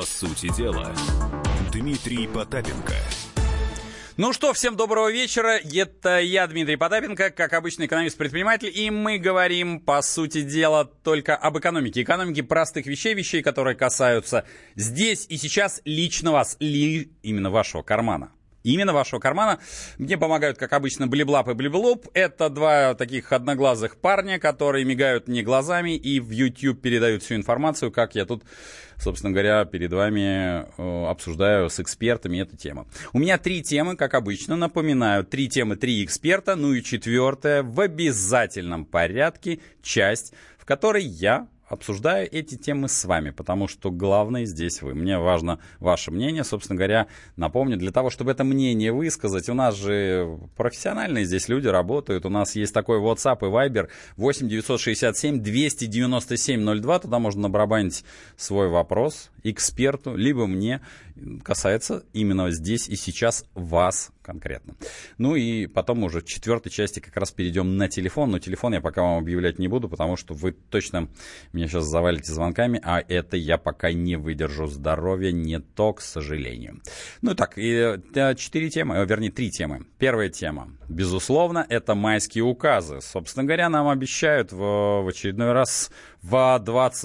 По сути дела, Дмитрий Потапенко. Ну что, всем доброго вечера. Это я, Дмитрий Потапенко, как обычный экономист-предприниматель, и мы говорим, по сути дела, только об экономике. Экономике простых вещей, которые касаются здесь и сейчас лично вас, именно вашего кармана. Именно вашего кармана. Мне помогают, как обычно, Блиблап и Блиблоп. Это два таких одноглазых парня, которые мигают мне глазами и в YouTube передают всю информацию, как я тут, собственно говоря, перед вами обсуждаю с экспертами эту тему. У меня 3 темы, как обычно, напоминаю. 3 темы, 3 эксперта, ну и 4-я в обязательном порядке часть, в которой я обсуждаю эти темы с вами, потому что главное здесь вы. Мне важно ваше мнение, собственно говоря, напомню, для того, чтобы это мнение высказать, у нас же профессиональные здесь люди работают, у нас есть такой WhatsApp и Viber 8 967 297 02, туда можно набарабанить свой вопрос эксперту, либо мне, касается именно здесь и сейчас вас конкретно. Ну и потом уже в 4-й части как раз перейдем на телефон, но телефон я пока вам объявлять не буду, потому что вы точно меня сейчас завалите звонками, а это я пока не выдержу. Здоровья не то, к сожалению. Ну и так, 4 темы, вернее 3 темы. Первая тема, безусловно, это майские указы. Собственно говоря, нам обещают в очередной раз в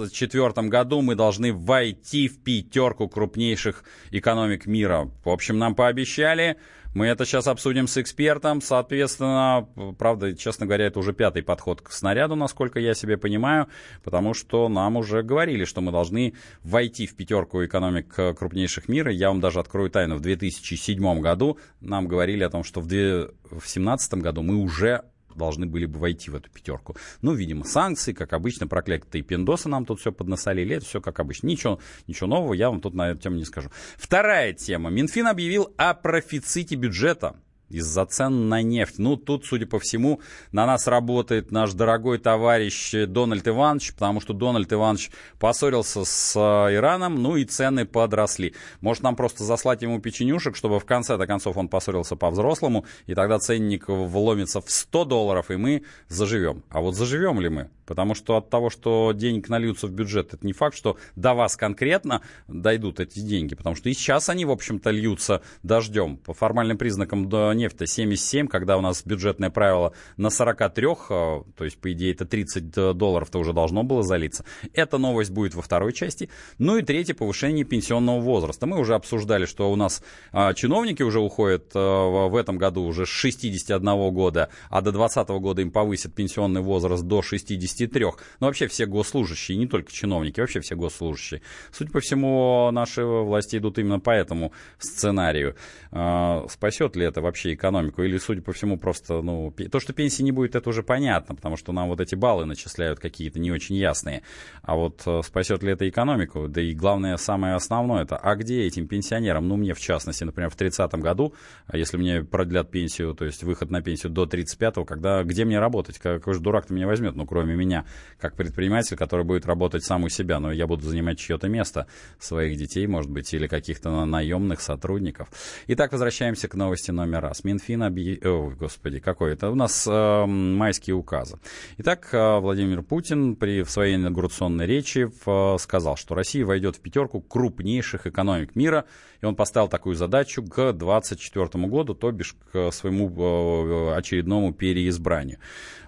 2024 году мы должны войти в 5 крупнейших экономик мира. В общем, нам пообещали. Мы это сейчас обсудим с экспертом. Соответственно, правда, честно говоря, это уже 5-й подход к снаряду, насколько я себе понимаю, потому что нам уже говорили, что мы должны войти в 5 экономик крупнейших мира. Я вам даже открою тайну. В 2007 году нам говорили о том, что в 2017 году мы уже должны были бы войти в эту 5. Ну, видимо, санкции, как обычно, проклятые пиндосы нам тут все поднасолили. Это все как обычно. Ничего нового я вам тут на эту тему не скажу. Вторая тема. Минфин объявил о профиците бюджета из-за цен на нефть. Ну, тут, судя по всему, на нас работает наш дорогой товарищ Дональд Иванович, потому что Дональд Иванович поссорился с Ираном, ну и цены подросли. Может, нам просто заслать ему печенюшек, чтобы в конце-то концов он поссорился по-взрослому, и тогда ценник вломится в $100, и мы заживем. А вот заживем ли мы? Потому что от того, что денег нальются в бюджет, это не факт, что до вас конкретно дойдут эти деньги. Потому что и сейчас они, в общем-то, льются дождем. По формальным признакам нефть 77, когда у нас бюджетное правило на 43, то есть, по идее, это $30-то уже должно было залиться. Эта новость будет во 2-й части. Ну и 3-е, повышение пенсионного возраста. Мы уже обсуждали, что у нас чиновники уже уходят в этом году уже с 61 года, а до 2020 года им повысят пенсионный возраст до 63. Но вообще все госслужащие, не только чиновники, вообще все госслужащие. Судя по всему, наши власти идут именно по этому сценарию. Спасет ли это вообще экономику? Или, судя по всему, просто, то, что пенсии не будет, это уже понятно, потому что нам вот эти баллы начисляют какие-то не очень ясные. А вот спасет ли это экономику? Да и главное, самое основное, это, а где этим пенсионерам? Ну, мне в частности, например, в 30-м году, если мне продлят пенсию, то есть выход на пенсию до 35-го, где мне работать? Какой же дурак-то меня возьмет? Ну, кроме меня, как предприниматель, который будет работать сам у себя, но я буду занимать чье-то место, своих детей, может быть, или каких-то наемных сотрудников. Итак, возвращаемся к новости номер раз. Минфин объявил... Господи, какой это? У нас майские указы. Итак, Владимир Путин в своей инаугурационной речи сказал, что Россия войдет в 5 крупнейших экономик мира, и он поставил такую задачу к 2024 году, то бишь к своему очередному переизбранию.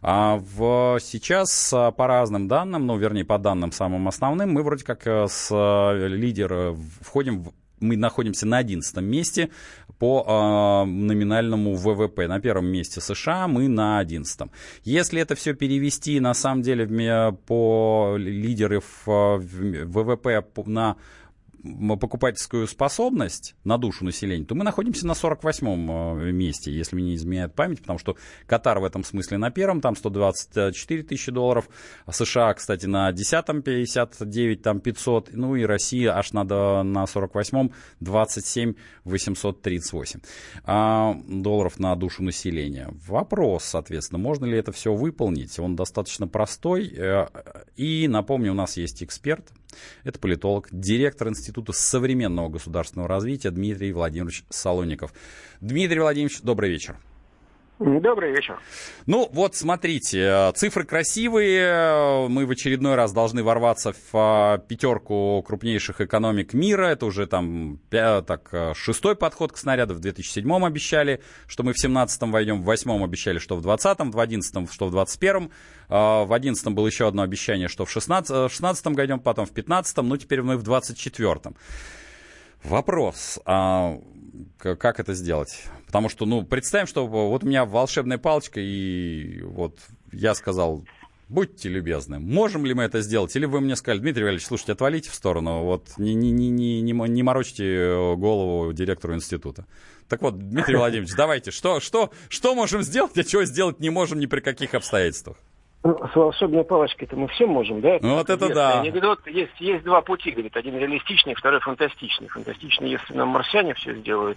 Сейчас по разным данным, вернее, по данным самым основным, мы вроде как с лидера мы находимся на 11 месте по номинальному ВВП. На 1 месте США, мы на 11. Если это все перевести, на самом деле, по лидеров ВВП на покупательскую способность на душу населения, то мы находимся на 48-м месте, если мне не изменяет память, потому что Катар в этом смысле на 1-м, там $124 тысячи, а США, кстати, на 10-м 59, там 500, ну и Россия аж на 48-м 27 838 долларов на душу населения. Вопрос, соответственно, можно ли это все выполнить? Он достаточно простой, и, напомню, у нас есть эксперт, это политолог, директор Института современного государственного развития Дмитрий Владимирович Солонников. Дмитрий Владимирович, добрый вечер. Добрый вечер. Ну, вот смотрите, цифры красивые. Мы в очередной раз должны ворваться в пятерку крупнейших экономик мира. Это уже там шестой подход к снаряду. В 2007-м обещали, что мы в 17-м войдем. В 8-м обещали, что в 20-м. В 11-м, что в 21-м. В 11-м было еще одно обещание, что в 16-м войдем, потом в 15-м. Ну, теперь мы в 24-м. Вопрос, как это сделать? Потому что, представим, что вот у меня волшебная палочка, и вот я сказал, будьте любезны, можем ли мы это сделать? Или вы мне сказали, Дмитрий Валерьевич, слушайте, отвалите в сторону, вот не морочьте голову директору института. Так вот, Дмитрий Владимирович, давайте, что можем сделать, а чего сделать не можем ни при каких обстоятельствах? С волшебной палочкой-то мы все можем, да? Ну, вот это да. Анекдот, есть два пути, говорит, один реалистичный, второй фантастичный. Фантастичный, если нам марсиане все сделают,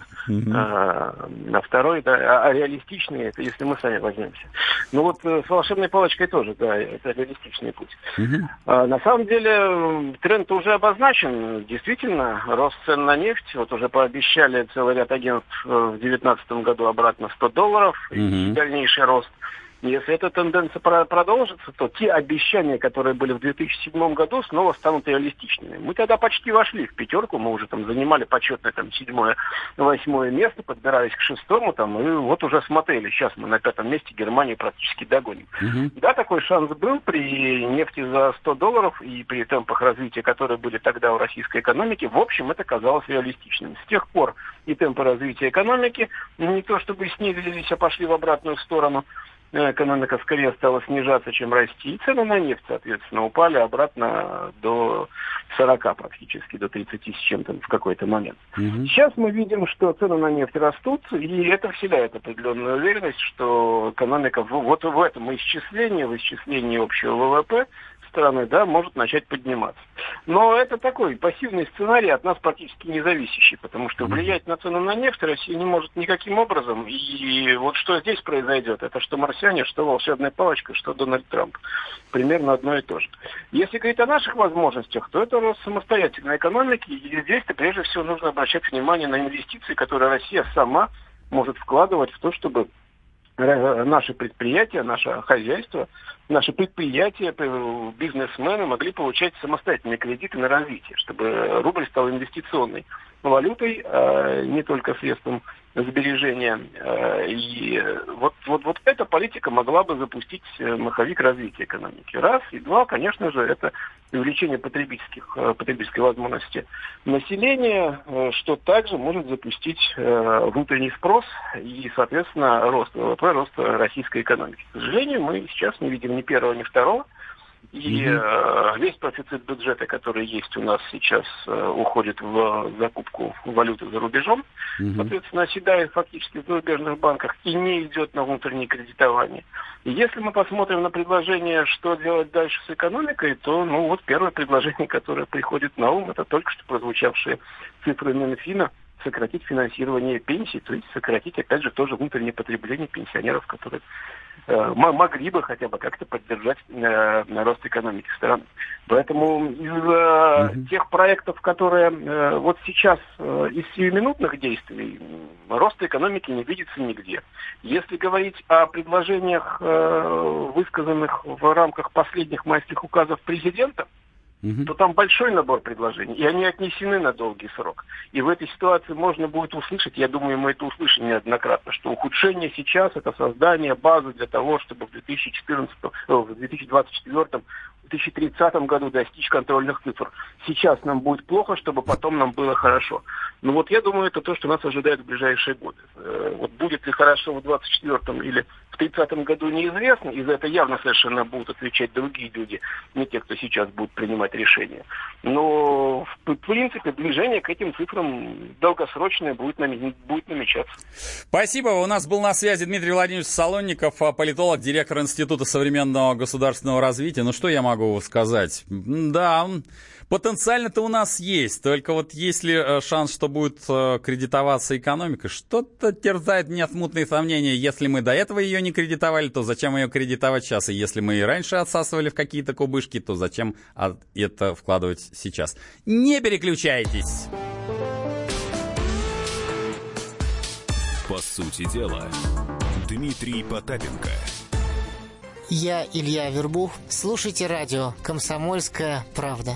а второй, да, а реалистичный, это если мы сами возьмемся. Ну вот с волшебной палочкой тоже, да, это реалистичный путь. На самом деле тренд уже обозначен, действительно, рост цен на нефть, вот уже пообещали целый ряд агентств в 2019 году обратно $100, и дальнейший рост. Если эта тенденция продолжится, то те обещания, которые были в 2007 году, снова станут реалистичными. Мы тогда почти вошли в пятерку, мы уже там занимали почетное 7-8 место, подбирались к 6-му, и вот уже смотрели. Сейчас мы на 5-м месте Германию практически догоним. Да, такой шанс был при нефти за $100 и при темпах развития, которые были тогда у российской экономики. В общем, это казалось реалистичным. С тех пор и темпы развития экономики не то чтобы снизились, а пошли в обратную сторону. Экономика скорее стала снижаться, чем расти. И цены на нефть, соответственно, упали обратно до 40 практически, до 30 с чем-то в какой-то момент. Сейчас мы видим, что цены на нефть растут, и это вселяет определенную уверенность, что экономика вот в этом исчислении, в исчислении общего ВВП страны, да, может начать подниматься. Но это такой пассивный сценарий, от нас практически не зависящий, потому что влиять на цены на нефть Россия не может никаким образом. И вот что здесь произойдет, это что марсиане, что волшебная палочка, что Дональд Трамп. Примерно одно и то же. Если говорить о наших возможностях, то это рост самостоятельной экономики, и здесь-то прежде всего нужно обращать внимание на инвестиции, которые Россия сама может вкладывать в то, чтобы наши предприятия, наше хозяйство, наши предприятия, бизнесмены могли получать самостоятельные кредиты на развитие, чтобы рубль стал инвестиционной валютой, не только средством сбережения. И вот эта политика могла бы запустить маховик развития экономики. Раз. И два, конечно же, это увеличение потребительской возможности населения, что также может запустить внутренний спрос и, соответственно, рост ВВП, рост российской экономики. К сожалению, мы сейчас не видим ни первого, ни второго. И весь профицит бюджета, который есть у нас сейчас, уходит в закупку валюты за рубежом. Соответственно, оседает фактически в зарубежных банках и не идет на внутреннее кредитование. И если мы посмотрим на предложение, что делать дальше с экономикой, то, первое предложение, которое приходит на ум, это только что прозвучавшие цифры Минфина, сократить финансирование пенсий, то есть сократить, опять же, тоже внутреннее потребление пенсионеров, которые могли бы хотя бы как-то поддержать рост экономики страны. Поэтому из тех проектов, которые вот сейчас из сиюминутных действий, роста экономики не видится нигде. Если говорить о предложениях, высказанных в рамках последних майских указов президента, то там большой набор предложений, и они отнесены на долгий срок. И в этой ситуации можно будет услышать, я думаю, мы это услышим неоднократно, что ухудшение сейчас – это создание базы для того, чтобы в 2030 году достичь контрольных цифр. Сейчас нам будет плохо, чтобы потом нам было хорошо. Я думаю, это то, что нас ожидает в ближайшие годы. Вот будет ли хорошо в 2024 или в 2030 году, неизвестно, и за это явно совершенно будут отвечать другие люди, не те, кто сейчас будет принимать решения. Но, в принципе, движение к этим цифрам долгосрочное будет намечаться. Спасибо. У нас был на связи Дмитрий Владимирович Солонников, политолог, директор Института современного государственного развития. Что я могу сказать? Да, потенциально-то у нас есть, только вот есть ли шанс, что будет кредитоваться экономика? Что-то терзает меня смутные сомнения. Если мы до этого ее не кредитовали, то зачем ее кредитовать сейчас? И если мы и раньше отсасывали в какие-то кубышки, то зачем это вкладывать сейчас? Не переключайтесь! По сути дела, Дмитрий Потапенко. Я Илья Вербух. Слушайте радио «Комсомольская правда».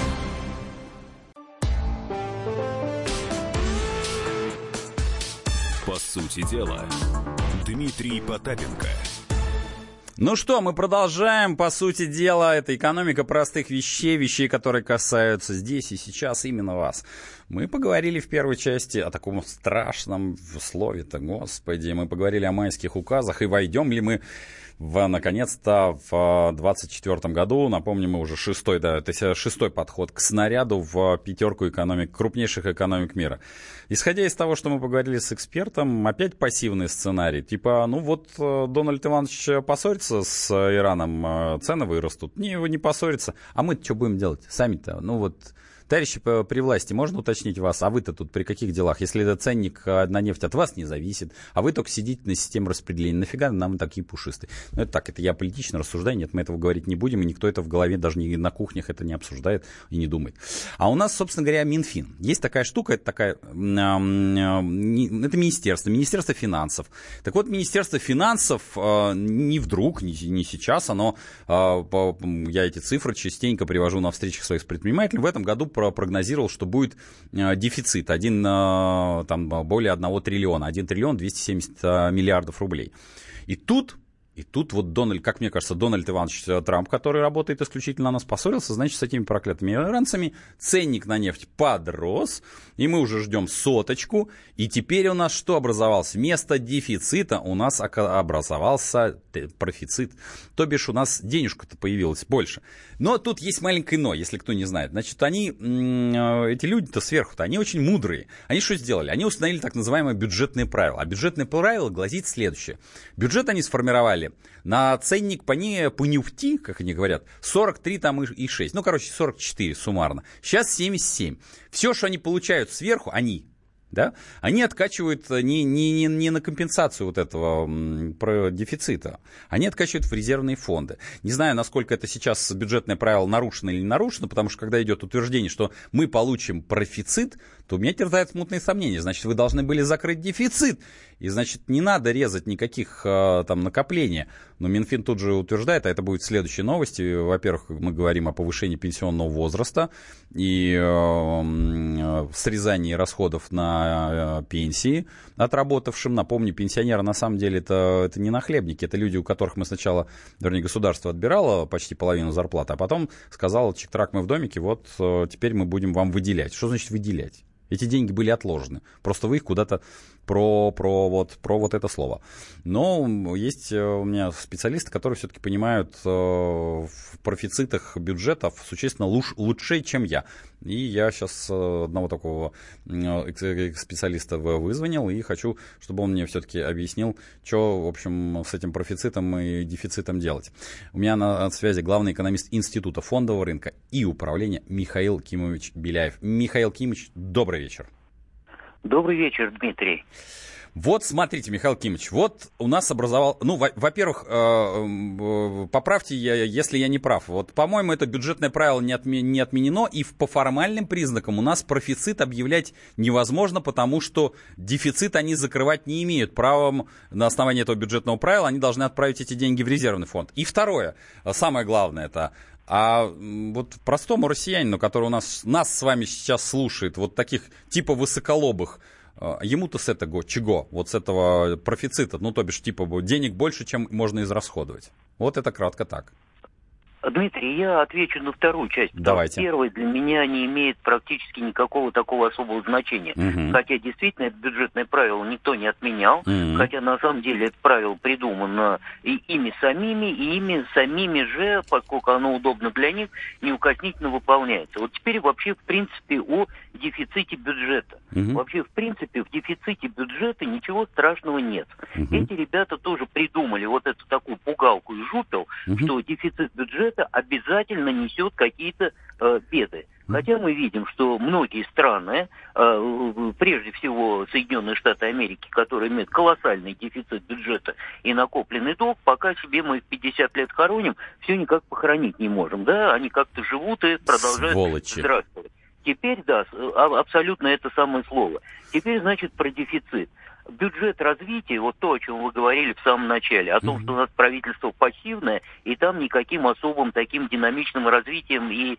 По сути дела, Дмитрий Потапенко. Ну что, мы продолжаем. По сути дела, это экономика простых вещей, которые касаются здесь и сейчас именно вас. Мы поговорили в первой части о таком страшном слове-то, господи. Мы поговорили о майских указах, и войдем ли мы наконец-то в 2024 году. Напомню, мы уже шестой подход к снаряду в пятерку крупнейших экономик мира. Исходя из того, что мы поговорили с экспертом, опять пассивный сценарий. Типа, Дональд Иванович поссорится с Ираном, цены вырастут. Не поссорится. А мы-то что будем делать? Сами-то, товарищи при власти, можно уточнить вас, а вы-то тут при каких делах? Если этот ценник на нефть от вас не зависит, а вы только сидите на системе распределения, нафига нам такие пушистые? Это я политично рассуждаю, нет, мы этого говорить не будем, и никто это в голове даже на кухнях это не обсуждает и не думает. А у нас, собственно говоря, Минфин. Есть такая штука, это Министерство финансов. Так вот, Министерство финансов не вдруг, не сейчас, я эти цифры частенько привожу на встречах своих предпринимателей, в этом году прогнозировал, что будет дефицит более 1 триллиона, 1 триллион 270 миллиардов рублей. И тут как мне кажется, Дональд Иванович Трамп, который работает исключительно на нас, поссорился, значит, с этими проклятыми иранцами. Ценник на нефть подрос, и мы уже ждем 100. И теперь у нас что образовалось? Вместо дефицита у нас образовался профицит. То бишь у нас денежка-то появилась больше. Но тут есть маленькое но, если кто не знает. Значит, эти люди-то сверху-то, они очень мудрые. Они что сделали? Они установили так называемое бюджетное правило. А бюджетное правило гласит следующее. Бюджет они сформировали на ценник по нефти, как они говорят, 43,6. 44 суммарно. Сейчас 77. Все, что они получают сверху, они откачивают не на компенсацию этого дефицита, они откачивают в резервные фонды. Не знаю, насколько это сейчас бюджетное правило нарушено или не нарушено, потому что когда идет утверждение, что мы получим профицит, то у меня терзают смутные сомнения. Значит, вы должны были закрыть дефицит, и, значит, не надо резать никаких накоплений. Но Минфин тут же утверждает, а это будет в следующей новости. Во-первых, мы говорим о повышении пенсионного возраста и срезании расходов на пенсии отработавшим. Напомню, пенсионеры на самом деле это не нахлебники, это люди, у которых мы сначала, государство отбирало почти половину зарплаты, а потом сказало, чик-трак, мы в домике, теперь мы будем вам выделять. Что значит выделять? Эти деньги были отложены. Просто вы их куда-то про это слово. Но есть у меня специалисты, которые все-таки понимают в профицитах бюджетов существенно лучше, чем я. И я сейчас одного такого специалиста вызвонил и хочу, чтобы он мне все-таки объяснил, что, в общем, с этим профицитом и дефицитом делать. У меня на связи главный экономист Института фондового рынка и управления Михаил Кимович Беляев. Михаил Кимович, добрый вечер. Добрый вечер, Дмитрий. Смотрите, Михаил Кимович, у нас во-первых, поправьте, если я не прав. По-моему, это бюджетное правило не отменено, и по формальным признакам у нас профицит объявлять невозможно, потому что дефицит они закрывать не имеют права на основании этого бюджетного правила, они должны отправить эти деньги в резервный фонд. И второе, самое главное, это... А простому россиянину, который нас с вами сейчас слушает, таких типа высоколобых, ему-то с этого чего? С этого профицита, то бишь денег больше, чем можно израсходовать. Это кратко так. Дмитрий, я отвечу на вторую часть. Давайте. Первая для меня не имеет практически никакого такого особого значения. Угу. Хотя действительно это бюджетное правило никто не отменял. Угу. Хотя на самом деле это правило придумано и ими самими же, поскольку оно удобно для них, неукоснительно выполняется. Теперь вообще в принципе о дефиците бюджета. Угу. Вообще в принципе в дефиците бюджета ничего страшного нет. Угу. Эти ребята тоже придумали эту такую пугалку и жупел, что дефицит бюджета обязательно несет какие-то беды. Хотя мы видим, что многие страны, прежде всего Соединенные Штаты Америки, которые имеют колоссальный дефицит бюджета и накопленный долг, пока себе мы в 50 лет хороним, все никак похоронить не можем. Они как-то живут и продолжают здравствовать. Теперь, абсолютно это самое слово. Теперь, значит, про дефицит. бюджет развития, вот то, о чем вы говорили в самом начале, о том, что у нас правительство пассивное, и там никаким особым таким динамичным развитием и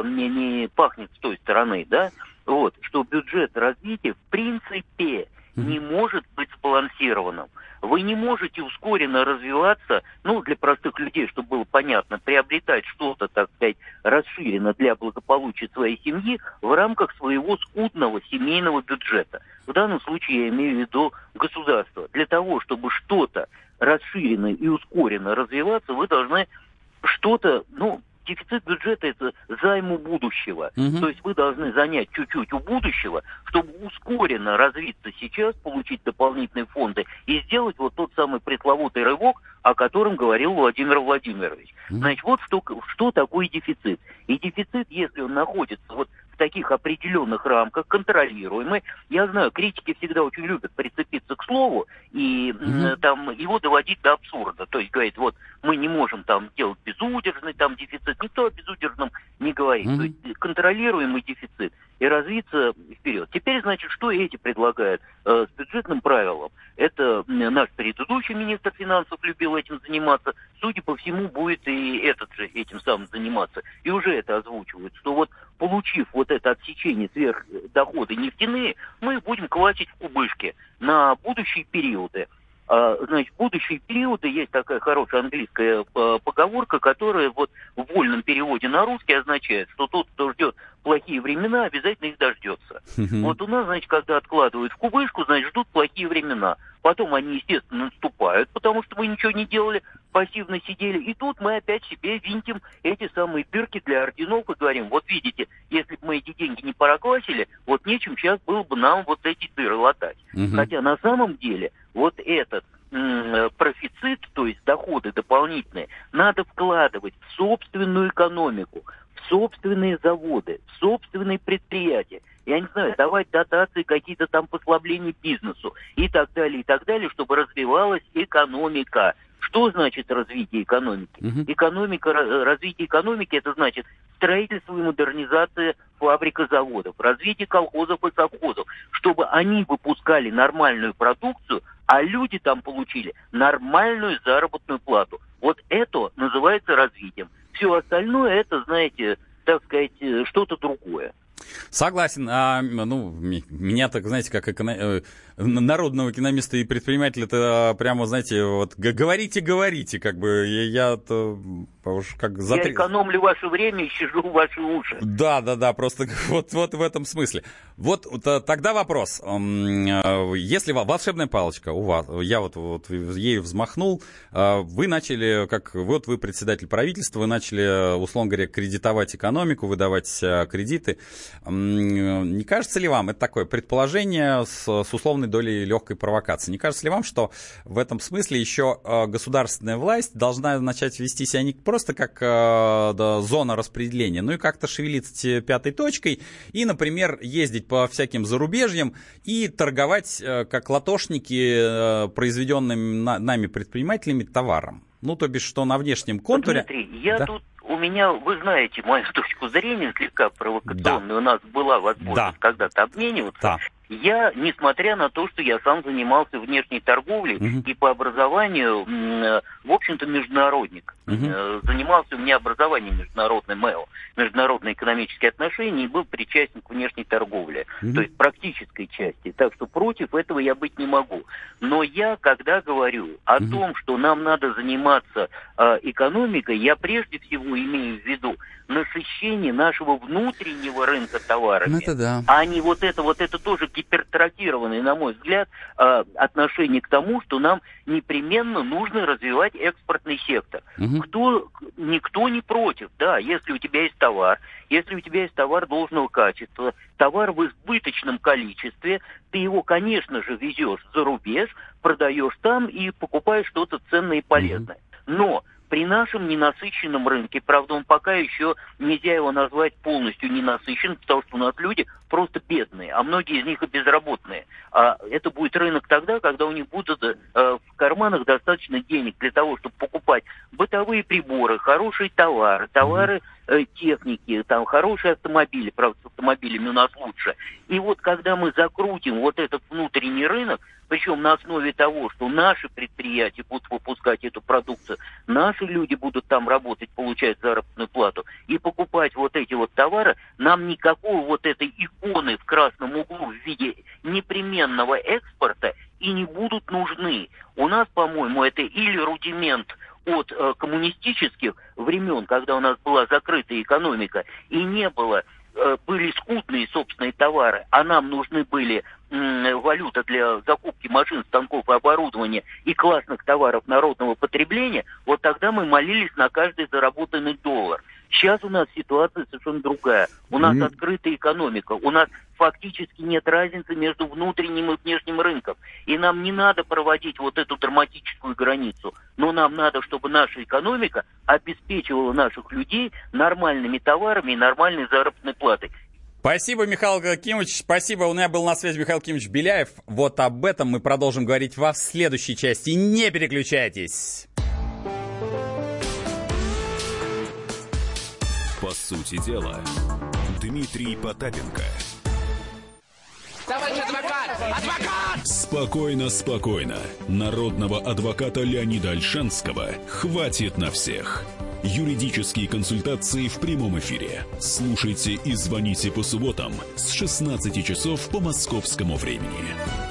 не пахнет с той стороны, да, вот, что бюджет развития в принципе не может быть сбалансированным. Вы не можете ускоренно развиваться, ну, для простых людей, чтобы было понятно, приобретать что-то, так сказать, расширенно для благополучия своей семьи в рамках своего скудного семейного бюджета. В данном случае я имею в виду государство. Для того, чтобы что-то расширенно и ускоренно развиваться, вы должны что-то, ну, дефицит бюджета – это займ у будущего. То есть вы должны занять чуть-чуть у будущего, чтобы ускоренно развиться сейчас, получить дополнительные фонды и сделать вот тот самый пресловутый рывок, о котором говорил Владимир Владимирович. Значит, вот что такое дефицит. И дефицит, если он находится вот в таких определенных рамках, контролируемый. Я знаю, критики всегда очень любят прицепиться к слову и там его доводить до абсурда. То есть говорит, вот мы не можем там делать безудержный там дефицит. Никто о безудержном не говорит. То есть контролируемый дефицит и развиться вперед. Теперь, значит, что эти предлагают с бюджетным правилом? Это наш предыдущий министр финансов любил этим заниматься. Судя по всему, будет и этот же этим самым заниматься. И уже это озвучивают, что вот получив вот это отсечение сверхдоходы нефтяные, мы будем класть в кубышки на будущие периоды. Значит, в будущие периоды есть такая хорошая английская поговорка, которая вот в вольном переводе на русский означает, что тот, кто ждет плохие времена, обязательно их дождется. Вот у нас, значит, когда откладывают в кубышку, значит, ждут плохие времена. Потом они, естественно, наступают, потому что мы ничего не делали, пассивно сидели. И тут мы опять себе винтим эти самые дырки для орденов и говорим, вот видите, если бы мы эти деньги не проквасили, вот нечем сейчас было бы нам вот эти дыры латать. Хотя на самом деле вот этот профицит, то есть доходы дополнительные, надо вкладывать в собственную экономику, в собственные заводы, в собственные предприятия. Я не знаю, давать дотации, какие-то там послабления бизнесу и так далее, чтобы развивалась экономика. Что значит развитие экономики? Развитие экономики – это значит строительство и модернизация фабрик и заводов, развитие колхозов и совхозов, чтобы они выпускали нормальную продукцию, а люди там получили нормальную заработную плату. Вот это называется развитием. Все остальное – это, знаете, так сказать, что-то другое. Согласен. Меня так, знаете, как народного экономиста и предпринимателя, это прямо, знаете, вот говорите, как бы я-то уж как Я экономлю ваше время и щажу ваши уши. Да, просто вот в этом смысле. Вот тогда вопрос. Если волшебная палочка у вас, я вот ею взмахнул, вы начали, вот вы председатель правительства, вы начали, условно говоря, кредитовать экономику, выдавать кредиты. Не кажется ли вам, это такое предположение с условной долей легкой провокации, не кажется ли вам, что в этом смысле еще государственная власть должна начать вести себя не просто как зона распределения, но и как-то шевелиться пятой точкой и, например, ездить по всяким зарубежьям и торговать как латошники произведенным нами предпринимателями товаром? Ну, то бишь, что на внешнем контуре... Дмитрий, у меня, вы знаете мою точку зрения, слегка провокационная, да. У нас была возможность когда-то обмениваться. Да. Я, несмотря на то, что я сам занимался внешней торговлей и по образованию, в общем-то, международник. Занимался у меня образованием международным МЭО, международные экономические отношения, и был причастен к внешней торговле, то есть практической части. Так что против этого я быть не могу. Но я, когда говорю о том, что нам надо заниматься экономикой, я прежде всего имею в виду насыщение нашего внутреннего рынка товарами, а не вот это тоже гипертрофированное, на мой взгляд, отношение к тому, что нам непременно нужно развивать экспортный сектор. Никто не против, да, если у тебя есть товар, если у тебя есть товар должного качества, товар в избыточном количестве, ты его, конечно же, везешь за рубеж, продаешь там и покупаешь что-то ценное и полезное. Но при нашем ненасыщенном рынке, правда, он пока еще нельзя его назвать полностью ненасыщенным, потому что у нас люди просто бедные, а многие из них и безработные. А это будет рынок тогда, когда у них будут в карманах достаточно денег для того, чтобы покупать бытовые приборы, хорошие товары техники, там хорошие автомобили, правда, с автомобилями у нас лучше. И вот когда мы закрутим вот этот внутренний рынок, причем на основе того, что наши предприятия будут выпускать эту продукцию, наши люди будут там работать, получать заработную плату и покупать вот эти вот товары, нам никакой вот этой иконы в красном углу в виде непременного экспорта и не будут нужны. У нас, по-моему, это или рудимент от коммунистических времен, когда у нас была закрытая экономика, и не было, были скудные собственные товары, а нам нужны были валюта для закупки машин, станков и оборудования и классных товаров народного потребления, вот тогда мы молились на каждый заработанный доллар. Сейчас у нас ситуация совершенно другая. У нас открытая экономика, у нас фактически нет разницы между внутренним и внешним рынком. И нам не надо проводить вот эту драматическую границу. Но нам надо, чтобы наша экономика обеспечивала наших людей нормальными товарами и нормальной заработной платой. Спасибо, Михаил Кимович, спасибо. У меня был на связи Михаил Кимович Беляев. Вот об этом мы продолжим говорить в следующей части. Не переключайтесь. По сути дела, Дмитрий Потапенко. Товарищ адвокат! Адвокат! Спокойно, спокойно. Народного адвоката Леонида Ольшанского хватит на всех. Юридические консультации в прямом эфире. Слушайте и звоните по субботам с 16 часов по московскому времени.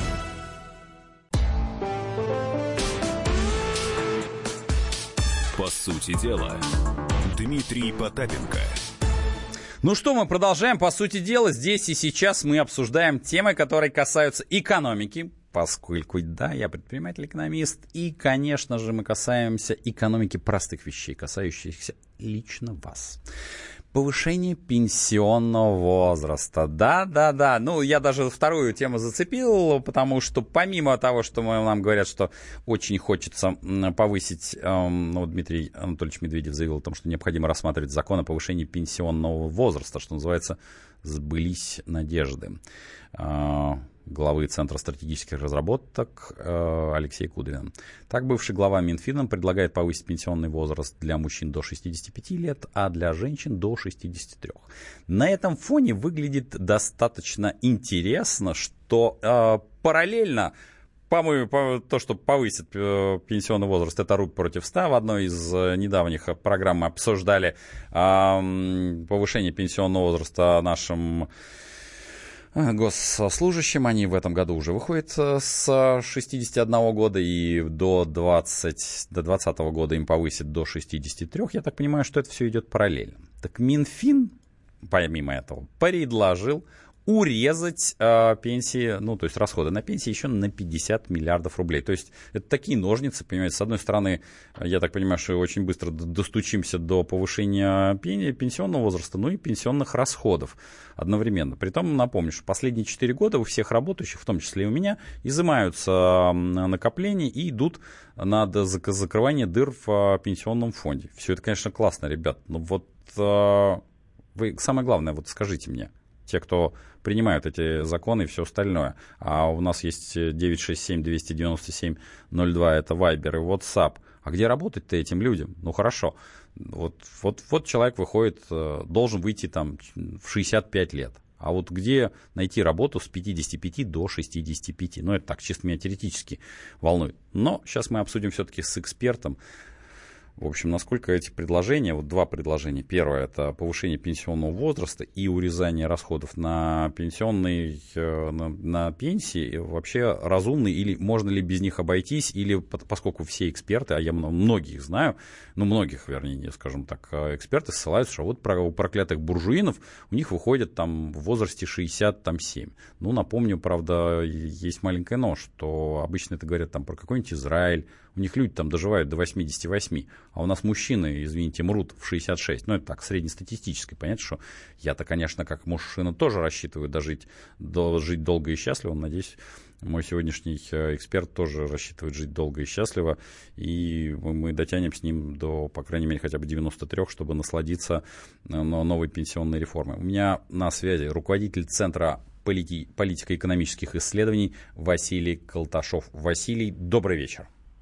По сути дела, Дмитрий Потапенко. Ну что, мы продолжаем. По сути дела, здесь и сейчас мы обсуждаем темы, которые касаются экономики, поскольку, да, я предприниматель-экономист, и, конечно же, мы касаемся экономики простых вещей, касающихся лично вас. Повышение пенсионного возраста. Да. Ну, я даже вторую тему зацепил, потому что помимо того, что нам говорят, что очень хочется повысить, Дмитрий Анатольевич Медведев заявил о том, что необходимо рассматривать закон о повышении пенсионного возраста, что называется, сбылись надежды. Главы Центра стратегических разработок Алексей Кудрин. Так, бывший глава Минфина предлагает повысить пенсионный возраст для мужчин до 65 лет, а для женщин до 63. На этом фоне выглядит достаточно интересно, что параллельно то, что повысит пенсионный возраст, это рубь против 100. В одной из недавних программ мы обсуждали повышение пенсионного возраста нашим госслужащим. Они в этом году уже выходят с 61 года и до 2020 года им повысят до 63. Я так понимаю, что это все идет параллельно. Так Минфин, помимо этого, предложил урезать пенсии, то есть расходы на пенсии еще на 50 миллиардов рублей. То есть это такие ножницы, понимаете, с одной стороны, я так понимаю, что очень быстро достучимся до повышения пенсионного возраста, и пенсионных расходов одновременно. Притом, напомню, что последние 4 года у всех работающих, в том числе и у меня, изымаются накопления и идут на закрывание дыр в пенсионном фонде. Все это, конечно, классно, ребят, но вы самое главное, скажите мне, те, кто принимают эти законы и все остальное. А у нас есть 967-297-02, это Viber и WhatsApp. А где работать-то этим людям? Ну, хорошо. Вот человек выходит, должен выйти там в 65 лет. А вот где найти работу с 55 до 65? Это так, чисто меня теоретически волнует. Но сейчас мы обсудим все-таки с экспертом. В общем, насколько эти предложения, два предложения. Первое – это повышение пенсионного возраста и урезание расходов на пенсионные, на пенсии вообще разумны, или можно ли без них обойтись, или поскольку все эксперты, а я многих знаю, многих, вернее, скажем так, эксперты ссылаются, что у проклятых буржуинов у них выходят там в возрасте 67. Напомню, правда, есть маленькое но, что обычно это говорят там про какой-нибудь Израиль, у них люди там доживают до 88, а у нас мужчины, извините, мрут в 66. Это так, среднестатистически. Понятно, что я-то, конечно, как мужчина тоже рассчитываю жить долго и счастливо. Надеюсь, мой сегодняшний эксперт тоже рассчитывает жить долго и счастливо. И мы дотянем с ним до, по крайней мере, хотя бы 93, чтобы насладиться новой пенсионной реформой. У меня на связи руководитель Центра политико-экономических исследований Василий Колташов. Василий, добрый вечер.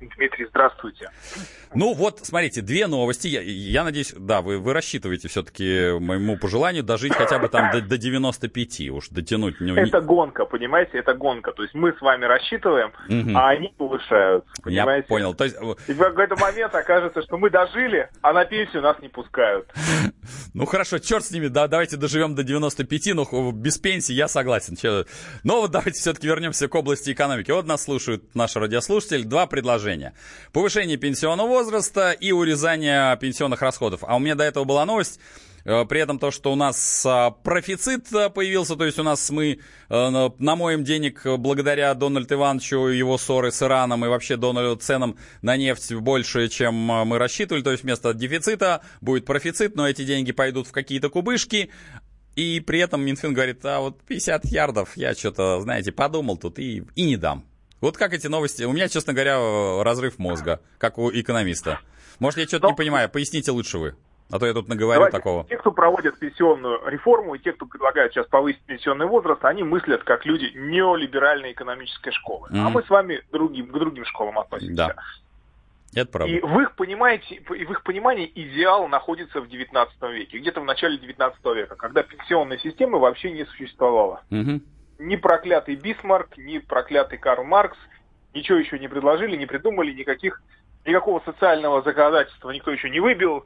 Дмитрий, здравствуйте. Ну вот, смотрите, две новости. Я надеюсь, да, вы рассчитываете все-таки моему пожеланию дожить хотя бы там до 95, уж дотянуть. Это гонка, понимаете, это гонка. То есть мы с вами рассчитываем, а они повышают, понимаете? Я понял. То есть... И в какой-то момент окажется, что мы дожили, а на пенсию нас не пускают. Ну хорошо, черт с ними, да, давайте доживем до 95, но без пенсии я согласен. Но вот давайте все-таки вернемся к области экономики. Вот нас слушают наши радиослушатели. Два предложения. Повышение пенсионного возраста и урезание пенсионных расходов. А у меня до этого была новость, при этом то, что у нас профицит появился, то есть у нас мы намоем денег благодаря Дональду Ивановичу и его ссоры с Ираном и вообще ценам на нефть больше, чем мы рассчитывали. То есть вместо дефицита будет профицит, но эти деньги пойдут в какие-то кубышки. И при этом Минфин говорит, а вот 50 ярдов я что-то, знаете, подумал тут и не дам. Вот как эти новости? У меня, честно говоря, разрыв мозга, как у экономиста. Может, я что-то не понимаю, поясните лучше вы. А то я тут наговорю такого. Те, кто проводит пенсионную реформу, и те, кто предлагают сейчас повысить пенсионный возраст, они мыслят как люди неолиберальной экономической школы. А мы с вами к другим школам относимся. Да. Это правда. И в их понимании идеал находится в 19 веке, где-то в начале 19 века, когда пенсионной системы вообще не существовало. Ни проклятый Бисмарк, ни проклятый Карл Маркс ничего еще не предложили, не придумали, никакого социального законодательства никто еще не выбил.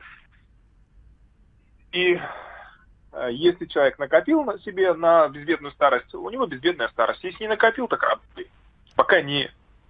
И если человек накопил на себе на безбедную старость, у него безбедная старость. Если не накопил, так работай, пока не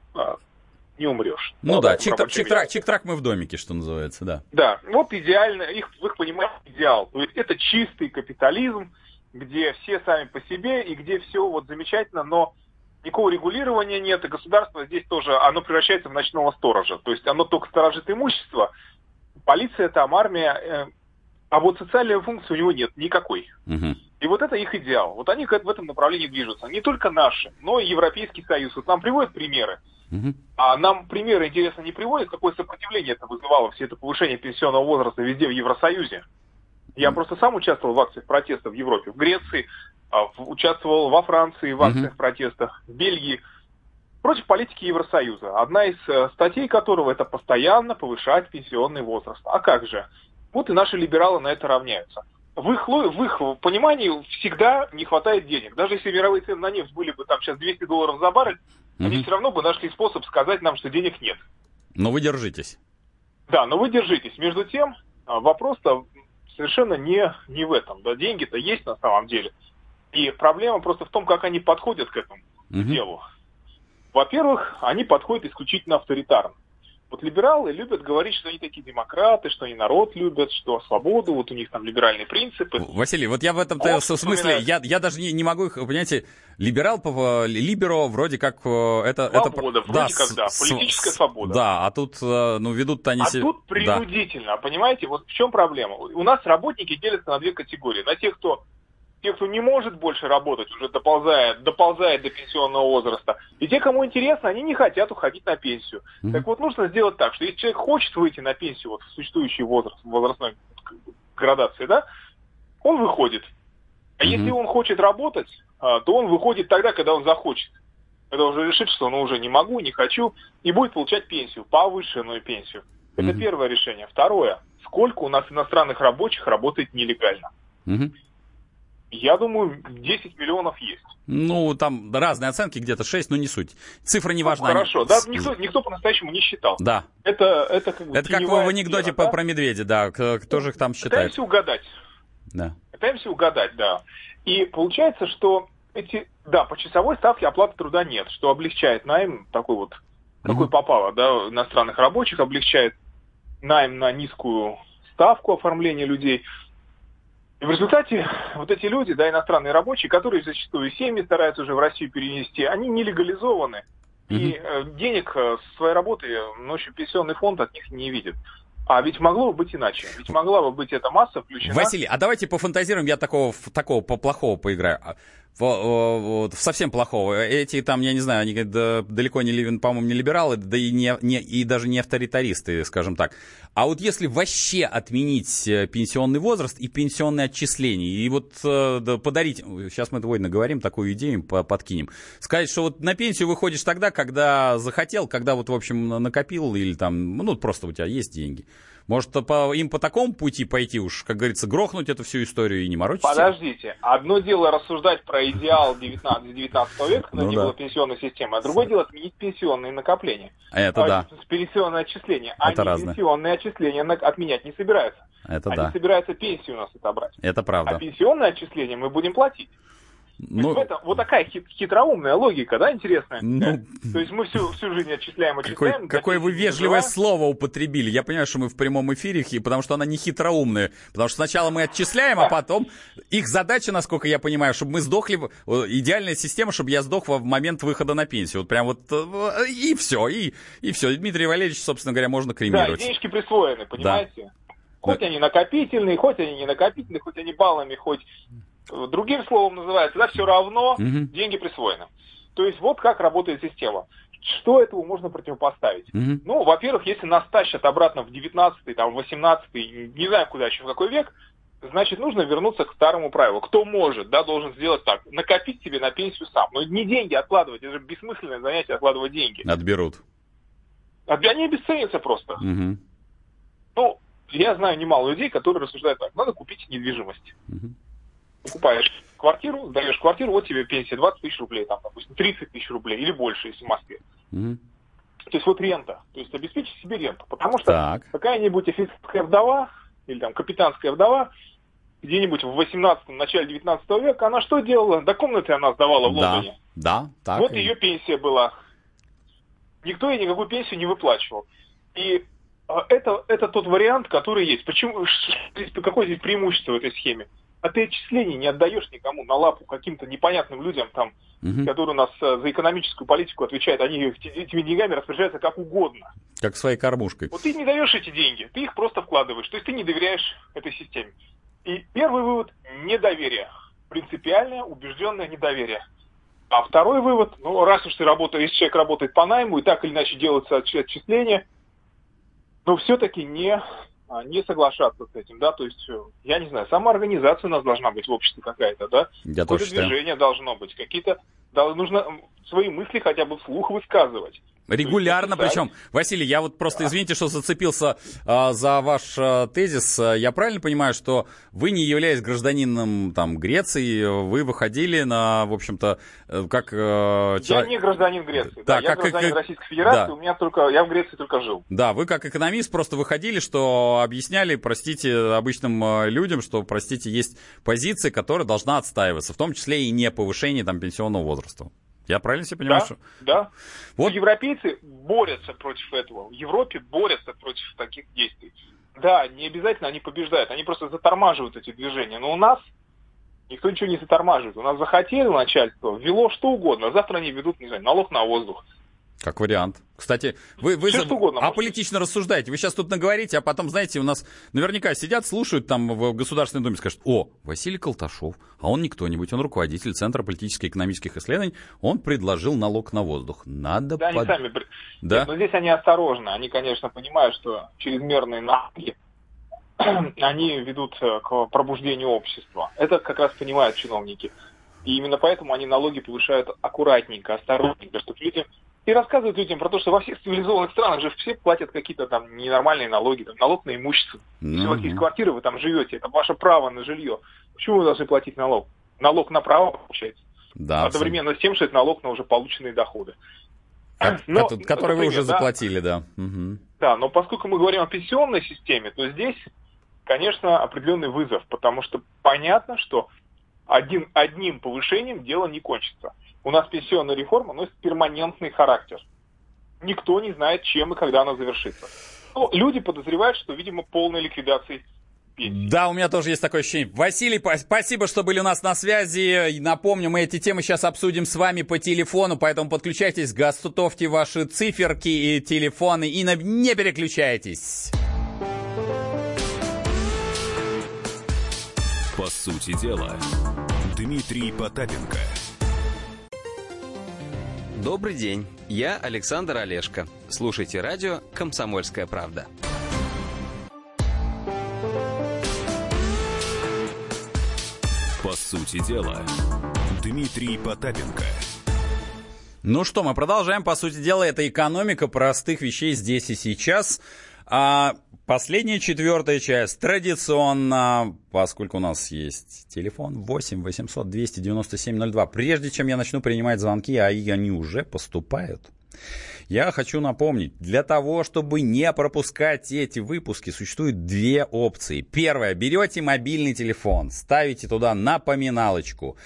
умрешь. Ну да, чик-трак мы в домике, что называется, да. Да, вот идеально, в их понимании идеал. То есть это чистый капитализм, где все сами по себе и где все вот замечательно, но никакого регулирования нет, и государство здесь тоже, оно превращается в ночного сторожа. То есть оно только сторожит имущество, полиция там, армия, а вот социальной функции у него нет никакой. И вот это их идеал. Вот они в этом направлении движутся. Не только наши, но и Европейский Союз. Вот нам приводят примеры. А нам примеры, интересно, не приводят, какое сопротивление это вызывало, все это повышение пенсионного возраста везде в Евросоюзе. Я просто сам участвовал в акциях протеста в Европе, в Греции, участвовал во Франции в акциях протестах, в Бельгии, против политики Евросоюза. Одна из статей которого это постоянно повышать пенсионный возраст. А как же? Вот и наши либералы на это равняются. В их понимании всегда не хватает денег. Даже если мировые цены на нефть были бы там сейчас $200 за баррель, они все равно бы нашли способ сказать нам, что денег нет. Но вы держитесь. Да, но вы держитесь. Между тем, вопрос-то совершенно не в этом. Да, деньги-то есть на самом деле. И проблема просто в том, как они подходят к этому делу. Во-первых, они подходят исключительно авторитарно. Вот либералы любят говорить, что они такие демократы, что они народ любят, что свободу, вот у них там либеральные принципы. Василий, вот я в этом-то смысле, я даже не могу их, понимаете, либеро вроде как это... Свобода, вроде как, да, политическая свобода. Да, а тут, ведут-то они... А тут принудительно, понимаете, вот в чем проблема? У нас работники делятся на две категории. На тех, кто не может больше работать, уже доползает до пенсионного возраста. И те, кому интересно, они не хотят уходить на пенсию. Так вот, нужно сделать так, что если человек хочет выйти на пенсию вот, в существующий возраст, в возрастной градации, да, он выходит. А если он хочет работать, то он выходит тогда, когда он захочет. Когда уже решит, что уже не могу, не хочу, и будет получать пенсию, повышенную пенсию. Это первое решение. Второе. Сколько у нас иностранных рабочих работает нелегально? Я думаю, 10 миллионов есть. Ну, там разные оценки, где-то 6, но не суть. Цифра не важна. Хорошо, да, никто по-настоящему не считал. Да. Это как бы... Это как в анекдоте про медведя, да, кто же их там считает. Пытаемся угадать. Да. Пытаемся угадать, да. И получается, что по часовой ставке оплаты труда нет, что облегчает найм, такой попало, да, иностранных рабочих, облегчает найм на низкую ставку оформления людей. И в результате вот эти люди, да, иностранные рабочие, которые зачастую семьи стараются уже в Россию перенести, они не легализованы. И денег с своей работы, ночью пенсионный фонд от них не видит. А ведь могло бы быть иначе. Ведь могла бы быть эта масса включена. Василий, а давайте пофантазируем, я такого плохого поиграю. совсем плохого. Эти там, я не знаю, они далеко не, по-моему, не либералы, да и даже не авторитаристы, скажем так. А вот если вообще отменить пенсионный возраст и пенсионные отчисления, и вот подарить, сейчас мы двойно говорим, такую идею подкинем, сказать, что вот на пенсию выходишь тогда, когда захотел, когда вот, в общем, накопил или там, ну, просто у тебя есть деньги. Может, им по такому пути пойти уж, как говорится, грохнуть эту всю историю и не морочиться? Подождите. Одно дело рассуждать про идеал 19 века, когда не было пенсионной системы, а другое дело отменить пенсионные накопления. Это да. Пенсионные отчисления. Это Они разное. пенсионные отчисления отменять не собираются. Это Они да. собираются пенсию у нас отобрать. Это правда. А пенсионные отчисления мы будем платить. Ну, Это вот такая хитроумная логика, да, интересная? Ну, То есть мы всю жизнь отчисляем. Какое вы вежливое слово употребили. Я понимаю, что мы в прямом эфире, потому что она не хитроумная. Потому что сначала мы отчисляем, а потом их задача, насколько я понимаю, чтобы мы сдохли. Идеальная система, чтобы я сдох в момент выхода на пенсию. Вот прям вот и все. И все. Дмитрий Валерьевич, собственно говоря, можно кремировать. Да, денежки присвоены, понимаете? Да. Хоть они накопительные, хоть они не накопительные, хоть они баллами, хоть другим словом называется, да, все равно деньги присвоены. То есть вот как работает система. Что этому можно противопоставить? Ну, во-первых, если нас тащат обратно в 19-й, там, в 18-й, не знаю куда еще, в какой век, значит, нужно вернуться к старому правилу. Кто может, да, должен сделать так. Накопить себе на пенсию сам. Но не деньги откладывать, это же бессмысленное занятие откладывать деньги. Отберут. Они обесценятся просто. Ну, я знаю немало людей, которые рассуждают так. Надо купить недвижимость. Покупаешь квартиру, сдаешь квартиру, вот тебе пенсия 20 тысяч рублей, там, допустим, 30 тысяч рублей или больше, если в Москве. То есть вот рента. То есть обеспечить себе ренту. Потому что какая-нибудь офицерская вдова или там капитанская вдова где-нибудь в 18-м, начале 19 века, она что делала? До комнаты она сдавала в Лондоне. Да, так. Вот ее пенсия была. Никто ей никакую пенсию не выплачивал. И это тот вариант, который есть. Почему? Какое здесь преимущество в этой схеме? А ты отчислений не отдаешь никому на лапу каким-то непонятным людям, там, которые у нас за экономическую политику отвечают. Они этими деньгами распоряжаются как угодно. Как своей кормушкой. Вот ты не даешь эти деньги, ты их просто вкладываешь. То есть ты не доверяешь этой системе. И первый вывод – недоверие. Принципиальное, убежденное недоверие. А второй вывод, ну, раз уж если человек работает по найму и так или иначе делаются отчисления, но все-таки не соглашаться с этим, да, то есть, я не знаю, самоорганизация у нас должна быть в обществе какая-то, да, какое-то движение должно быть, нужно свои мысли хотя бы вслух высказывать. Регулярно, причем, Василий, я вот просто, извините, что зацепился за ваш тезис. Я правильно понимаю, что вы, не являясь гражданином там Греции, вы выходили на, в общем-то, как человек... Я не гражданин Греции, да, я гражданин Российской Федерации, да. Я в Греции только жил. Да, вы как экономист просто выходили, что объясняли, простите, обычным людям, что, простите, есть позиция, которая должна отстаиваться, в том числе и не повышение там пенсионного возраста. Я правильно себе понимаю? Да, да. Вот. Европейцы борются против этого. В Европе борются против таких действий. Да, не обязательно они побеждают, они просто затормаживают эти движения. Но у нас никто ничего не затормаживает. У нас захотели начальство, ввело что угодно. Завтра они ведут, не знаю, налог на воздух. Как вариант. Кстати, вы аполитично рассуждаете. Вы сейчас тут наговорите, а потом, знаете, у нас наверняка сидят, слушают там в Государственной Думе, скажут: о, Василий Колташов, а он не кто-нибудь, он руководитель Центра политических и экономических исследований, он предложил налог на воздух. Надо... Да, они сами... Да? Нет, но здесь они осторожны. Они, конечно, понимают, что чрезмерные налоги, они ведут к пробуждению общества. Это как раз понимают чиновники. И именно поэтому они налоги повышают аккуратненько, осторожненько, чтобы люди... И рассказывают людям про то, что во всех цивилизованных странах же все платят какие-то там ненормальные налоги, там, налог на имущество. Если у вас есть квартира, вы там живете, это ваше право на жилье. Почему вы должны платить налог? Налог на право, получается. Да, одновременно с тем, что это налог на уже полученные доходы. Который вы уже заплатили, да. Да, но поскольку мы говорим о пенсионной системе, то здесь, конечно, определенный вызов, потому что понятно, что одним повышением дело не кончится. У нас пенсионная реформа носит перманентный характер. Никто не знает, чем и когда она завершится. Но люди подозревают, что, видимо, полной ликвидацией пенсии. Да, у меня тоже есть такое ощущение. Василий, спасибо, что были у нас на связи. Напомню, мы эти темы сейчас обсудим с вами по телефону, поэтому подключайтесь, готовьте ваши циферки и телефоны и не переключайтесь. По сути дела, Дмитрий Потапенко. Добрый день, я Александр Олешко. Слушайте радио «Комсомольская правда». По сути дела, Дмитрий Потапенко. Ну что, мы продолжаем. По сути дела, это экономика простых вещей здесь и сейчас. Последняя, 4-я часть, традиционно, поскольку у нас есть телефон 8 800 297 02. Прежде чем я начну принимать звонки, а они уже поступают, я хочу напомнить, для того, чтобы не пропускать эти выпуски, существует 2 опции. Первая, берете мобильный телефон, ставите туда напоминалочку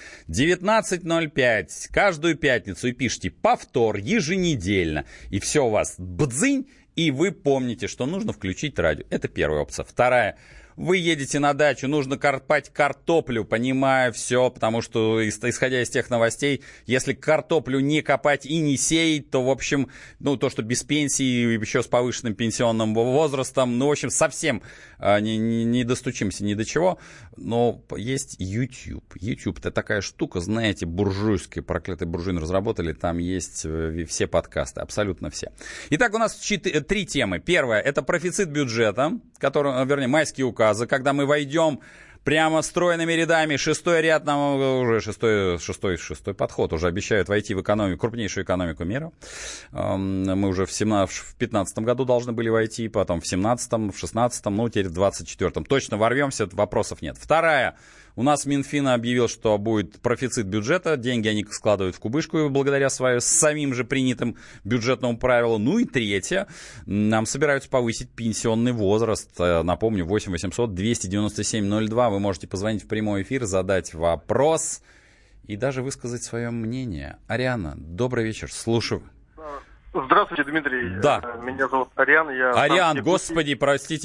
19:05 каждую пятницу и пишите «повтор еженедельно», и все у вас бдзынь, и вы помните, что нужно включить радио. Это первая опция. Вторая. Вы едете на дачу, нужно копать картоплю, понимаю все, потому что, исходя из тех новостей, если картоплю не копать и не сеять, то, в общем, то, что без пенсии, еще с повышенным пенсионным возрастом, в общем, совсем не достучимся ни до чего. Но есть YouTube. YouTube — это такая штука, знаете, буржуйская, проклятые буржуины разработали, там есть все подкасты, абсолютно все. Итак, у нас 3 темы. Первая — это профицит бюджета, майские указы, когда мы войдем прямо стройными рядами, 6-й ряд, нам уже шестой подход, уже обещают войти в экономику, крупнейшую экономику мира. Мы уже в 2015 году должны были войти, потом в 2017, в 2016, теперь в 2024. Точно ворвемся, вопросов нет. Вторая. У нас Минфин объявил, что будет профицит бюджета. Деньги они складывают в кубышку благодаря самим же принятым бюджетному правилу. И третье. Нам собираются повысить пенсионный возраст. Напомню, 8 800 297 02. Вы можете позвонить в прямой эфир, задать вопрос и даже высказать свое мнение. Ариана, добрый вечер. Слушаю. Здравствуйте, Дмитрий. Да. Меня зовут Ариан. Ариан, господи, простите,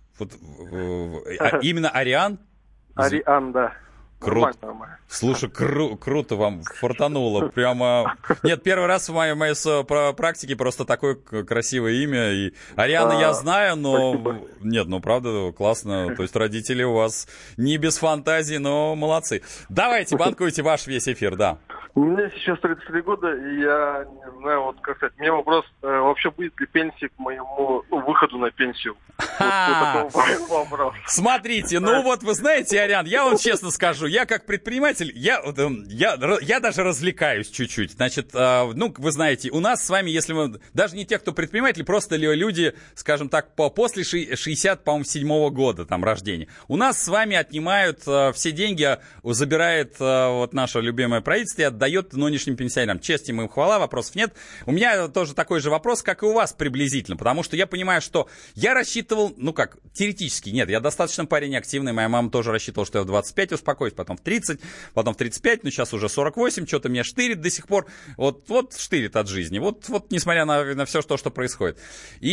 именно Ариан? Ариан, да. Круто. Слушай, круто вам фартануло. Прямо. Нет, первый раз в моей практике просто такое красивое имя. И Ариана я знаю, но. Спасибо. Нет, правда, классно. То есть родители у вас не без фантазии, но молодцы. Давайте, банкуйте ваш весь эфир, да. Мне сейчас 33 года, и я не знаю, как сказать. У меня вопрос, вообще будет ли пенсия к моему выходу на пенсию? Смотрите, вы знаете, Ариан, я вам честно скажу, я как предприниматель, я даже развлекаюсь чуть-чуть. Значит, вы знаете, у нас с вами, если мы, даже не те, кто предприниматели, просто люди, скажем так, после 67-го года там рождения, у нас с вами отнимают все деньги, забирает наше любимое правительство и отдает нынешним пенсионерам. Честь им и хвала, вопросов нет. У меня тоже такой же вопрос, как и у вас приблизительно, потому что я понимаю, что я рассчитывал, теоретически, нет, я достаточно парень активный, моя мама тоже рассчитывала, что я в 25 успокоюсь, потом в 30, потом в 35, сейчас уже 48, что-то меня штырит до сих пор, вот штырит от жизни, несмотря на все, что происходит. И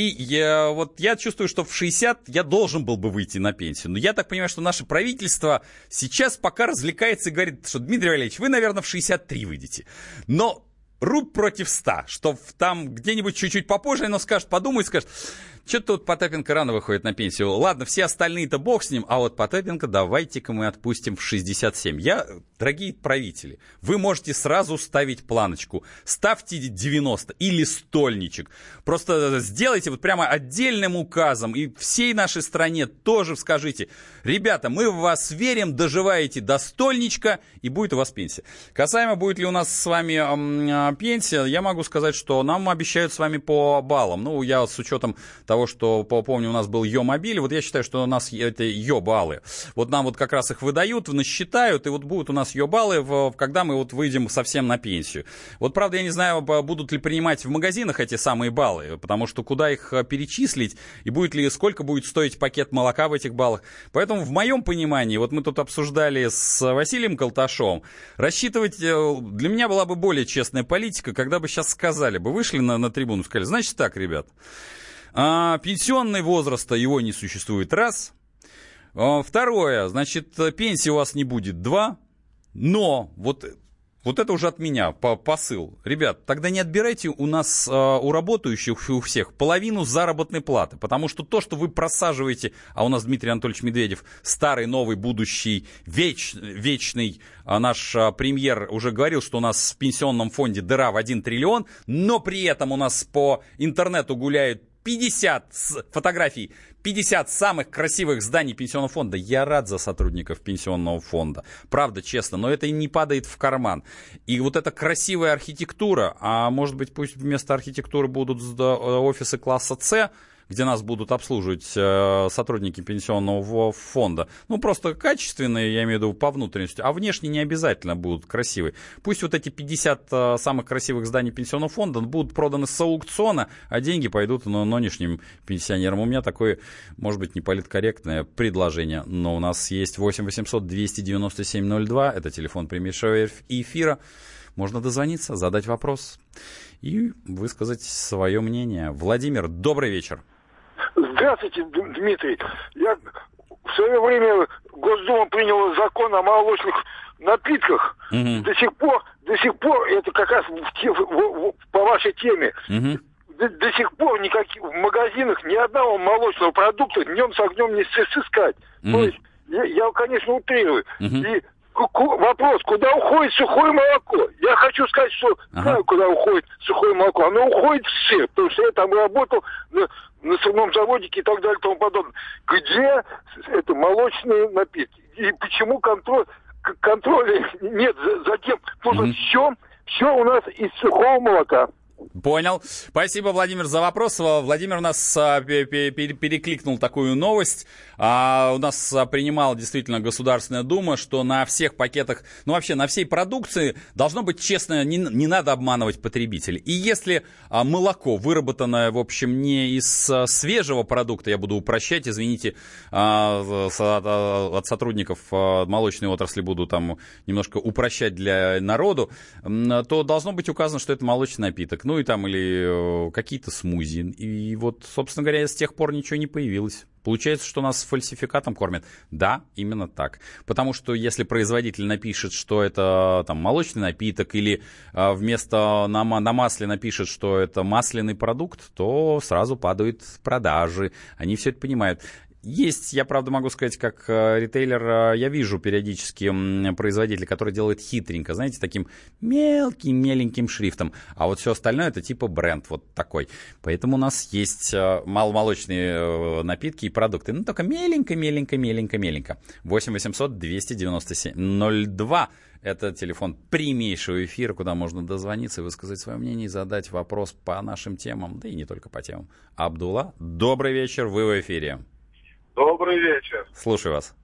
я чувствую, что в 60 я должен был бы выйти на пенсию, но я так понимаю, что наше правительство сейчас пока развлекается и говорит, что Дмитрий Валерьевич, вы, наверное, в 63 выйдете, но рубь против 100, что там где-нибудь чуть-чуть попозже, но подумает, скажет, что-то тут Потапенко рано выходит на пенсию. Ладно, все остальные-то бог с ним, а вот Потапенко давайте-ка мы отпустим в 67. Дорогие правители, вы можете сразу ставить планочку. Ставьте 90 или стольничек. Просто сделайте прямо отдельным указом и всей нашей стране тоже скажите, ребята, мы в вас верим, доживаете до стольничка и будет у вас пенсия. Касаемо будет ли у нас с вами пенсия, я могу сказать, что нам обещают с вами по баллам. Я с учетом того, что, помню, у нас был Йо-мобиль, я считаю, что у нас это Йо-баллы. Нам как раз их выдают, насчитают, и будут у нас Йо-баллы, когда мы выйдем совсем на пенсию. Правда, я не знаю, будут ли принимать в магазинах эти самые баллы, потому что куда их перечислить, и сколько будет стоить пакет молока в этих баллах. Поэтому, в моем понимании, мы тут обсуждали с Василием Колташовым, рассчитывать для меня была бы более честная политика, когда бы сейчас сказали, вышли на трибуну, сказали, значит так, ребят, пенсионный возраст, его не существует, раз. Второе, значит, пенсии у вас не будет, два. Но Вот это уже от меня посыл. Ребят, тогда не отбирайте у нас, у работающих, у всех, половину заработной платы. Потому что то, что вы просаживаете, а у нас Дмитрий Анатольевич Медведев, старый, новый, будущий, вечный наш премьер, уже говорил, что у нас в пенсионном фонде дыра в 1 триллион, но при этом у нас по интернету гуляют 50 фотографий, 50 самых красивых зданий пенсионного фонда. Я рад за сотрудников пенсионного фонда. Правда, честно, но это и не падает в карман. И вот эта красивая архитектура, а может быть, пусть вместо архитектуры будут офисы класса С, где нас будут обслуживать сотрудники пенсионного фонда. Ну, просто качественные, я имею в виду, по внутренности, а внешне не обязательно будут красивые. Пусть вот эти 50 самых красивых зданий пенсионного фонда будут проданы с аукциона, а деньги пойдут нынешним пенсионерам. У меня такое, может быть, не политкорректное предложение, но у нас есть 8 800 297 02, это телефон прямого эфира. Можно дозвониться, задать вопрос и высказать свое мнение. Владимир, добрый вечер. Здравствуйте, Дмитрий. Я в свое время Госдума приняла закон о молочных напитках. Угу. До сих пор это как раз по вашей теме. Угу. До сих пор в магазинах ни одного молочного продукта днем с огнем не сыскать. Угу. То есть я, конечно, утрирую. Угу. И вопрос, куда уходит сухое молоко? Я хочу сказать, что знаю, куда уходит сухое молоко. Оно уходит в сыр, потому что я там работал на сырном заводике и так далее и тому подобное. Где это молочные напитки? И почему контроля нет за тем? Потому что все у нас из сухого молока. Понял. Спасибо, Владимир, за вопрос. Владимир у нас перекликнул такую новость. У нас принимала действительно Государственная Дума, что на всех пакетах, ну вообще на всей продукции должно быть честно, не надо обманывать потребителей. И если молоко выработанное, в общем, не из свежего продукта, я буду упрощать, извините, от сотрудников молочной отрасли буду там немножко упрощать для народу, то должно быть указано, что это молочный напиток. Ну и там или какие-то смузи. И вот, собственно говоря, с тех пор ничего не появилось. Получается, что нас фальсификатом кормят. Да, именно так. Потому что если производитель напишет, что это там молочный напиток, или вместо на масле напишет, что это масляный продукт, то сразу падают продажи. Они все это понимают. Есть, я правда могу сказать, как ритейлер, я вижу периодически производителей, которые делают хитренько, знаете, таким мелким, меленьким шрифтом, а вот все остальное это типа бренд вот такой. Поэтому у нас есть маломолочные напитки и продукты, но только меленько. 8 800 297 02. Это телефон прямейшего эфира, куда можно дозвониться и высказать свое мнение и задать вопрос по нашим темам, да и не только по темам. Абдулла, добрый вечер, вы в эфире. Добрый вечер. Слушаю вас.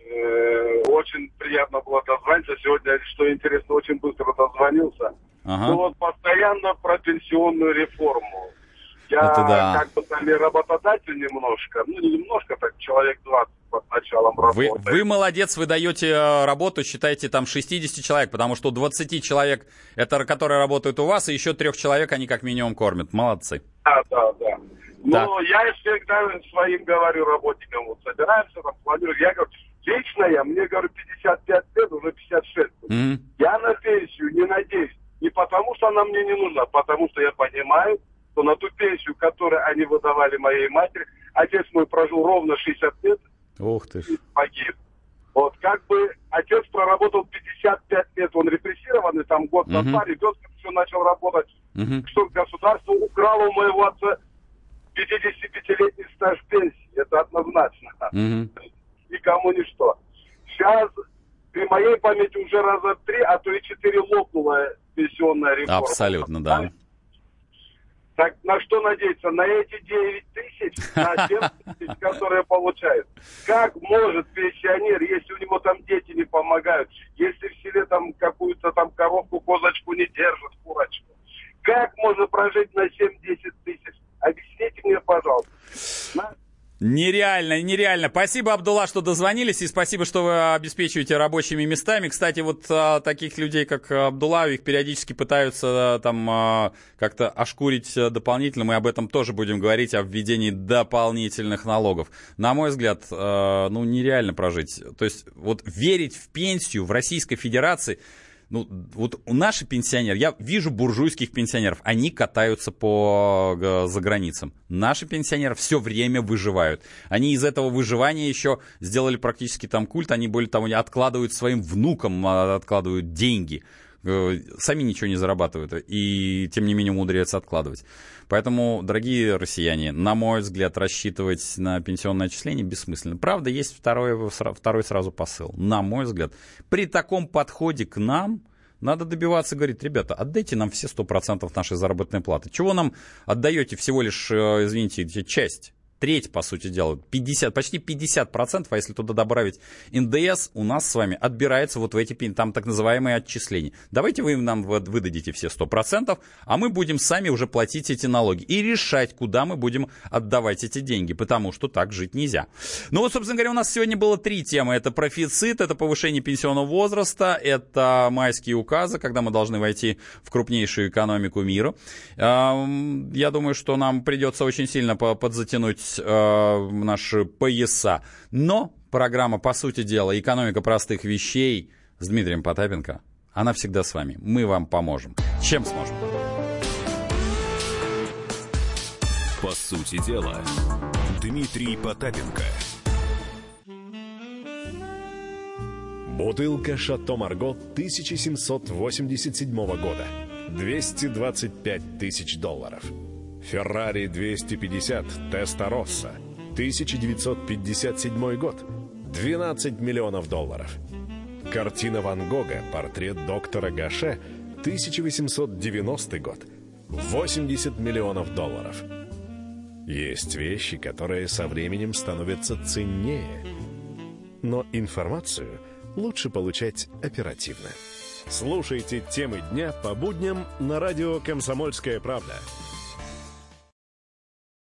Очень приятно было дозвониться. Сегодня, что интересно, очень быстро дозвонился. Ага. Ну вот постоянно про пенсионную реформу. Я как бы там и работодатель немножко, ну не немножко, так человек 20 под началом работы. Вы молодец, вы даете работу, считайте, там 60 человек, потому что 20 человек, это которые работают у вас, и еще 3 человек они как минимум кормят. Молодцы. Да. Но я всегда своим говорю работникам, вот собираемся, там, планирую, я говорю, лично мне, говорю, 55 лет, уже 56. Mm-hmm. Я на пенсию не надеюсь, не потому что она мне не нужна, а потому что я понимаю, что на ту пенсию, которую они выдавали моей матери, отец мой прожил ровно 60 лет. Ух ты. И погиб. Вот, как бы отец проработал 55 лет, он репрессированный, там год на паре, ребенок все начал работать, что государство украло у моего отца 55-летний стаж пенсии, это однозначно. Никому ничто. Сейчас при моей памяти уже раза 3, а то и 4 лопнула пенсионная реформа. Абсолютно, да. Так на что надеяться? На эти 9 тысяч, на 7 тысяч, которые получают. Как может пенсионер, если у него там дети не помогают, если в селе там какую-то там коровку, козочку не держат, курочку, как можно прожить на 7-10 тысяч? Объясните мне, пожалуйста. Нереально. Спасибо, Абдулла, что дозвонились, и спасибо, что вы обеспечиваете рабочими местами. Кстати, вот таких людей, как Абдулла, их периодически пытаются там как-то ошкурить дополнительно. Мы об этом тоже будем говорить, о введении дополнительных налогов. На мой взгляд, нереально прожить. То есть вот верить в пенсию в Российской Федерации, Ну, вот у наших пенсионеров, я вижу буржуйских пенсионеров, они катаются за границам. Наши пенсионеры все время выживают. Они из этого выживания еще сделали практически там культ, они, более того, откладывают своим внукам, откладывают деньги. Сами ничего не зарабатывают, и тем не менее умудряются откладывать. Поэтому, дорогие россияне, на мой взгляд, рассчитывать на пенсионное отчисление бессмысленно. Правда, есть второй сразу посыл. На мой взгляд, при таком подходе к нам надо добиваться, говорит, ребята, отдайте нам все 100% нашей заработной платы. Чего нам отдаете всего лишь, извините, часть? Треть, по сути дела, почти 50%, а если туда добавить НДС, у нас с вами отбирается вот в эти там так называемые отчисления. Давайте вы нам выдадите все 100%, а мы будем сами уже платить эти налоги и решать, куда мы будем отдавать эти деньги, потому что так жить нельзя. Ну вот, собственно говоря, у нас сегодня было 3 темы. Это профицит, это повышение пенсионного возраста, это майские указы, когда мы должны войти в крупнейшую экономику мира. Я думаю, что нам придется очень сильно подзатянуть наши пояса. Но программа, по сути дела, «Экономика простых вещей» с Дмитрием Потапенко, она всегда с вами. Мы вам поможем. Чем сможем. По сути дела, Дмитрий Потапенко. Бутылка «Шато Марго» 1787 года. $225 тысяч. Феррари 250 Теста-Росса, 1957 год, $12 миллионов. Картина Ван Гога «Портрет доктора Гаше», 1890 год, $80 миллионов. Есть вещи, которые со временем становятся ценнее. Но информацию лучше получать оперативно. Слушайте темы дня по будням на радио «Комсомольская правда».